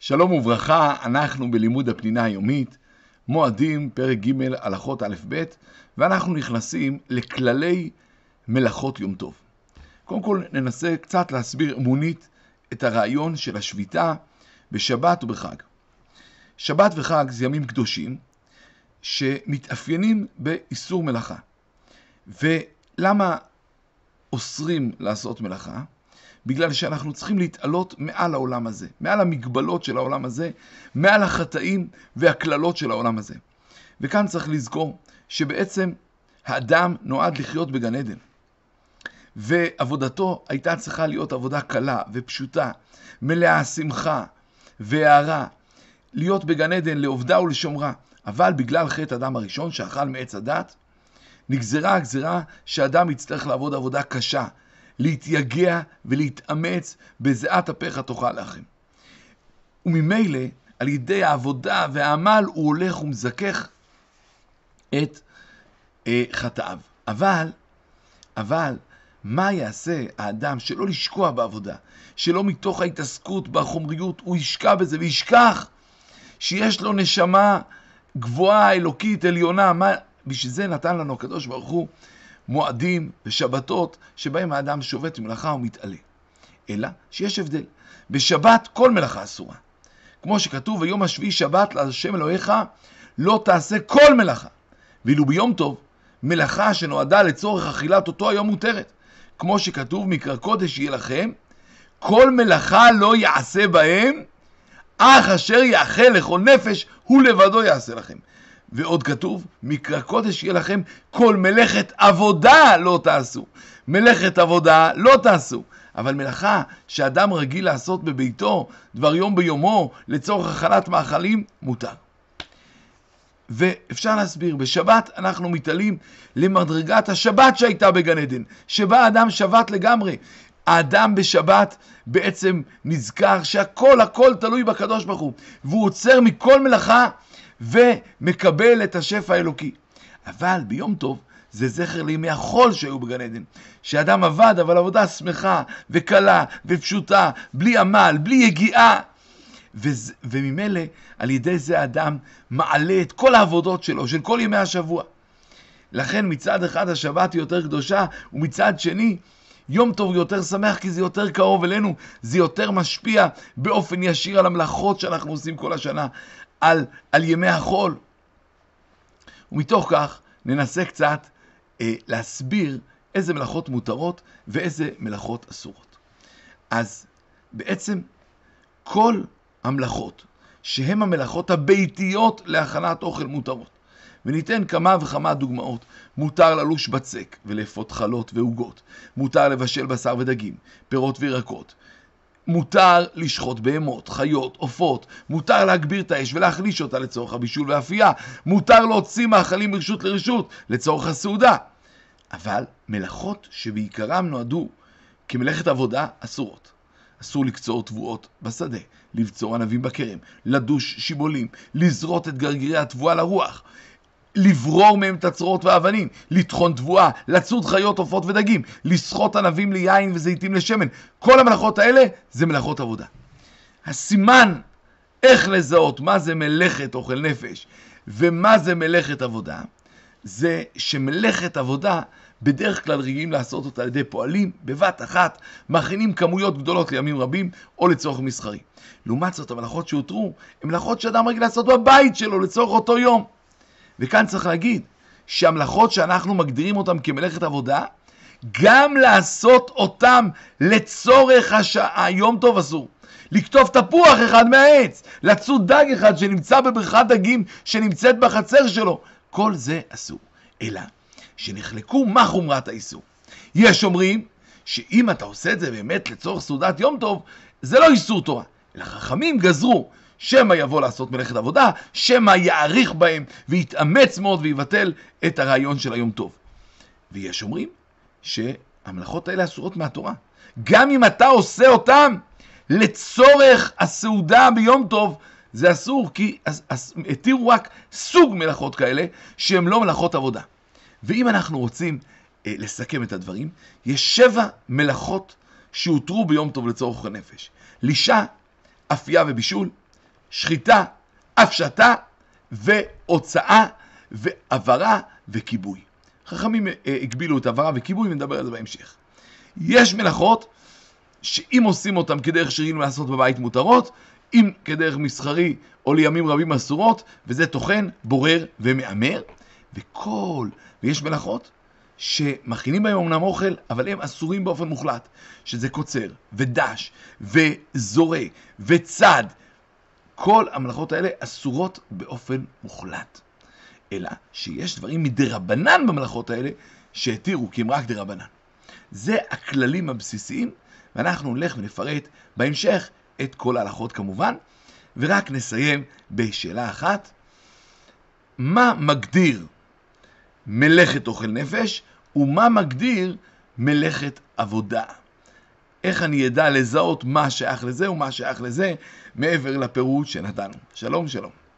שלום וברכה, אנחנו בלימוד הפנינה היומית, מועדים, פרק ג' הלכות א' ב', ואנחנו נכנסים לכללי מלאכות יום טוב. קודם כל ננסה קצת להסביר אמונית את הרעיון של השביתה בשבת ובחג. שבת וחג זה ימים קדושים שמתאפיינים באיסור מלאכה. ולמה אוסרים לעשות מלאכה? בגלל שאנחנו צריכים להתעלות מעל העולם הזה, מעל המגבלות של העולם הזה, מעל החטאים והכללות של העולם הזה. וכאן צריך לזכור שבעצם האדם נועד לחיות בגן עדן. ועבודתו הייתה צריכה להיות עבודה קלה ופשוטה, מלאה שמחה והערה, להיות בגן עדן לעובדה ולשומרה. אבל בגלל חטא אדם הראשון שאכל מעץ הדת, נגזרה הגזרה שאדם יצטרך לעבוד עבודה קשה, להתייגע ולהתאמץ בזיעת אפיך תאכל לחם. וממילא על ידי העבודה והעמל הוא הולך ומזכך את חטאיו. אבל מה יעשה האדם שלא לשקוע בעבודה, שלא מתוך ההתעסקות בחומריות הוא ישקע בזה וישכח שיש לו נשמה גבוהה, אלוקית, עליונה? בשביל זה נתן לנו הקדוש ברוך הוא מועדים ושבתות שבהם האדם שובת מלאכה ומתעלה. אלא שיש הבדל. בשבת כל מלאכה אסורה. כמו שכתוב, ביום השביעי שבת להשם אלוהיך לא תעשה כל מלאכה. ואילו ביום טוב, מלאכה שנועדה לצורך אכילת אותו היום מותרת. כמו שכתוב, מקרא קודש יהיה לכם, כל מלאכה לא יעשה בהם, אך אשר יאכל לכל נפש, הוא לבדו יעשה לכם. ועוד כתוב, מקרא קודש יהיה לכם, כל מלאכת עבודה לא תעשו. מלאכת עבודה לא תעשו. אבל מלאכה שאדם רגיל לעשות בביתו, דבר יום ביומו, לצורך אכלת מאכלים, מותר. ואפשר להסביר, בשבת אנחנו מתעלים למדרגת השבת שהייתה בגן עדן, שבה האדם שבת לגמרי. האדם בשבת בעצם נזכר הכל תלוי בקדוש ברוך הוא, והוא עוצר מכל מלאכה, ומקבל את השפע האלוקי. אבל ביום טוב זה זכר לימי החול שהיו בגן עדן, שאדם עבד אבל עבודה שמחה וקלה ופשוטה, בלי עמל, בלי יגיעה, וממילא על ידי זה האדם מעלה את כל העבודות שלו, של כל ימי השבוע. לכן מצד אחד השבת היא יותר קדושה, ומצד שני יום טוב יותר שמח, כי זה יותר קרוב אלינו, זה יותר משפיע באופן ישיר על המלאכות שאנחנו עושים כל השנה, על ימי החול. ומתוך כך ננסה קצת להסביר איזה מלאכות מותרות ואיזה מלאכות אסורות. אז בעצם כל המלאכות שהן המלאכות הביתיות להכנת אוכל מותרות. וניתן כמה וכמה דוגמאות. מותר ללוש בצק ולאפות חלות ועוגות. מותר לבשל בשר ודגים, פירות וירקות. מותר לשחוט בהמות, חיות, עופות. מותר להגביר את האש ולהחליש אותה לצורך הבישול והאפייה. מותר להוציא מאכלים מרשות לרשות לצורך הסעודה. אבל מלאכות שבעיקרם נועדו כמלאכת עבודה אסורות. אסור לקצור תבואות בשדה, לבצור ענבים בכרם, לדוש שיבולים, לזרות את גרגירי התבואה לרוח, לברור מהם את הצרורות והאבנים, לטחון תבואה, לצוד חיות, עופות ודגים, לסחוט ענבים ליין וזיתים לשמן. כל המלאכות האלה זה מלאכות עבודה. הסימן איך לזהות מה זה מלאכת אוכל נפש ומה זה מלאכת עבודה, זה שמלאכת עבודה בדרך כלל רגילים לעשות אותה על ידי פועלים, בבת אחת, מכינים כמויות גדולות לימים רבים או לצורך מסחרי. לעומת זאת, המלאכות שהותרו, הן מלאכות שאדם רגיל לעשות בבית שלו לצורך אותו יום. וכאן צריך להגיד שהמלאכות שאנחנו מגדירים אותן כמלאכת עבודה, גם לעשות אותם לצורך היום טוב אסור. לכתוב תפוח אחד מהעץ, לצוד דג אחד שנמצא בבריכת דגים שנמצאת בחצר שלו, כל זה אסור. אלא שנחלקו מה חומרת האיסור. יש אומרים שאם אתה עושה את זה באמת לצורך סעודת יום טוב, זה לא איסור תורה. אלא חכמים גזרו שמה יבוא לעשות מלאכת עבודה, שמה יעריך בהם ויתאמץ מאוד ויבטל את הרעיון של היום טוב. ויש אומרים שהמלאכות האלה אסורות מהתורה. גם אם אתה עושה אותם לצורך הסעודה ביום טוב, זה אסור, כי התירו רק סוג מלאכות כאלה שהן לא מלאכות עבודה. ואם אנחנו רוצים לסכם את הדברים, יש 7 מלאכות שהותרו ביום טוב לצורך הנפש. לישה, אפייה ובישול, שחיטה, הפשטה והוצאה ועברה וכיבוי. חכמים הגבילו את עברה וכיבוי, ונדבר על זה בהמשך. יש מלאכות שאם עושים אותם כדרך שרגילים לעשות בבית מותרות, אם כדרך מסחרי או לימים רבים אסורות, וזה טוחן, בורר ומאמר. ויש מלאכות שמכינים בהם אמנם אוכל, אבל הם אסורים באופן מוחלט, שזה קוצר ודש וזורה וצד. כל המלאכות האלה אסורות באופן מוחלט. אלא שיש דברים מדרבנן במלאכות האלה שהתירו, כי הם רק דרבנן. זה הכללים הבסיסיים, ואנחנו נלך ונפרט בהמשך את כל ההלכות כמובן, ורק נסיים בשאלה אחת. מה מגדיר מלאכת אוכל נפש, ומה מגדיר מלאכת עבודה? איך אני ידע לזהות מה שייך לזה ומה שייך לזה, מעבר לפירוט שנתנו? שלום שלום.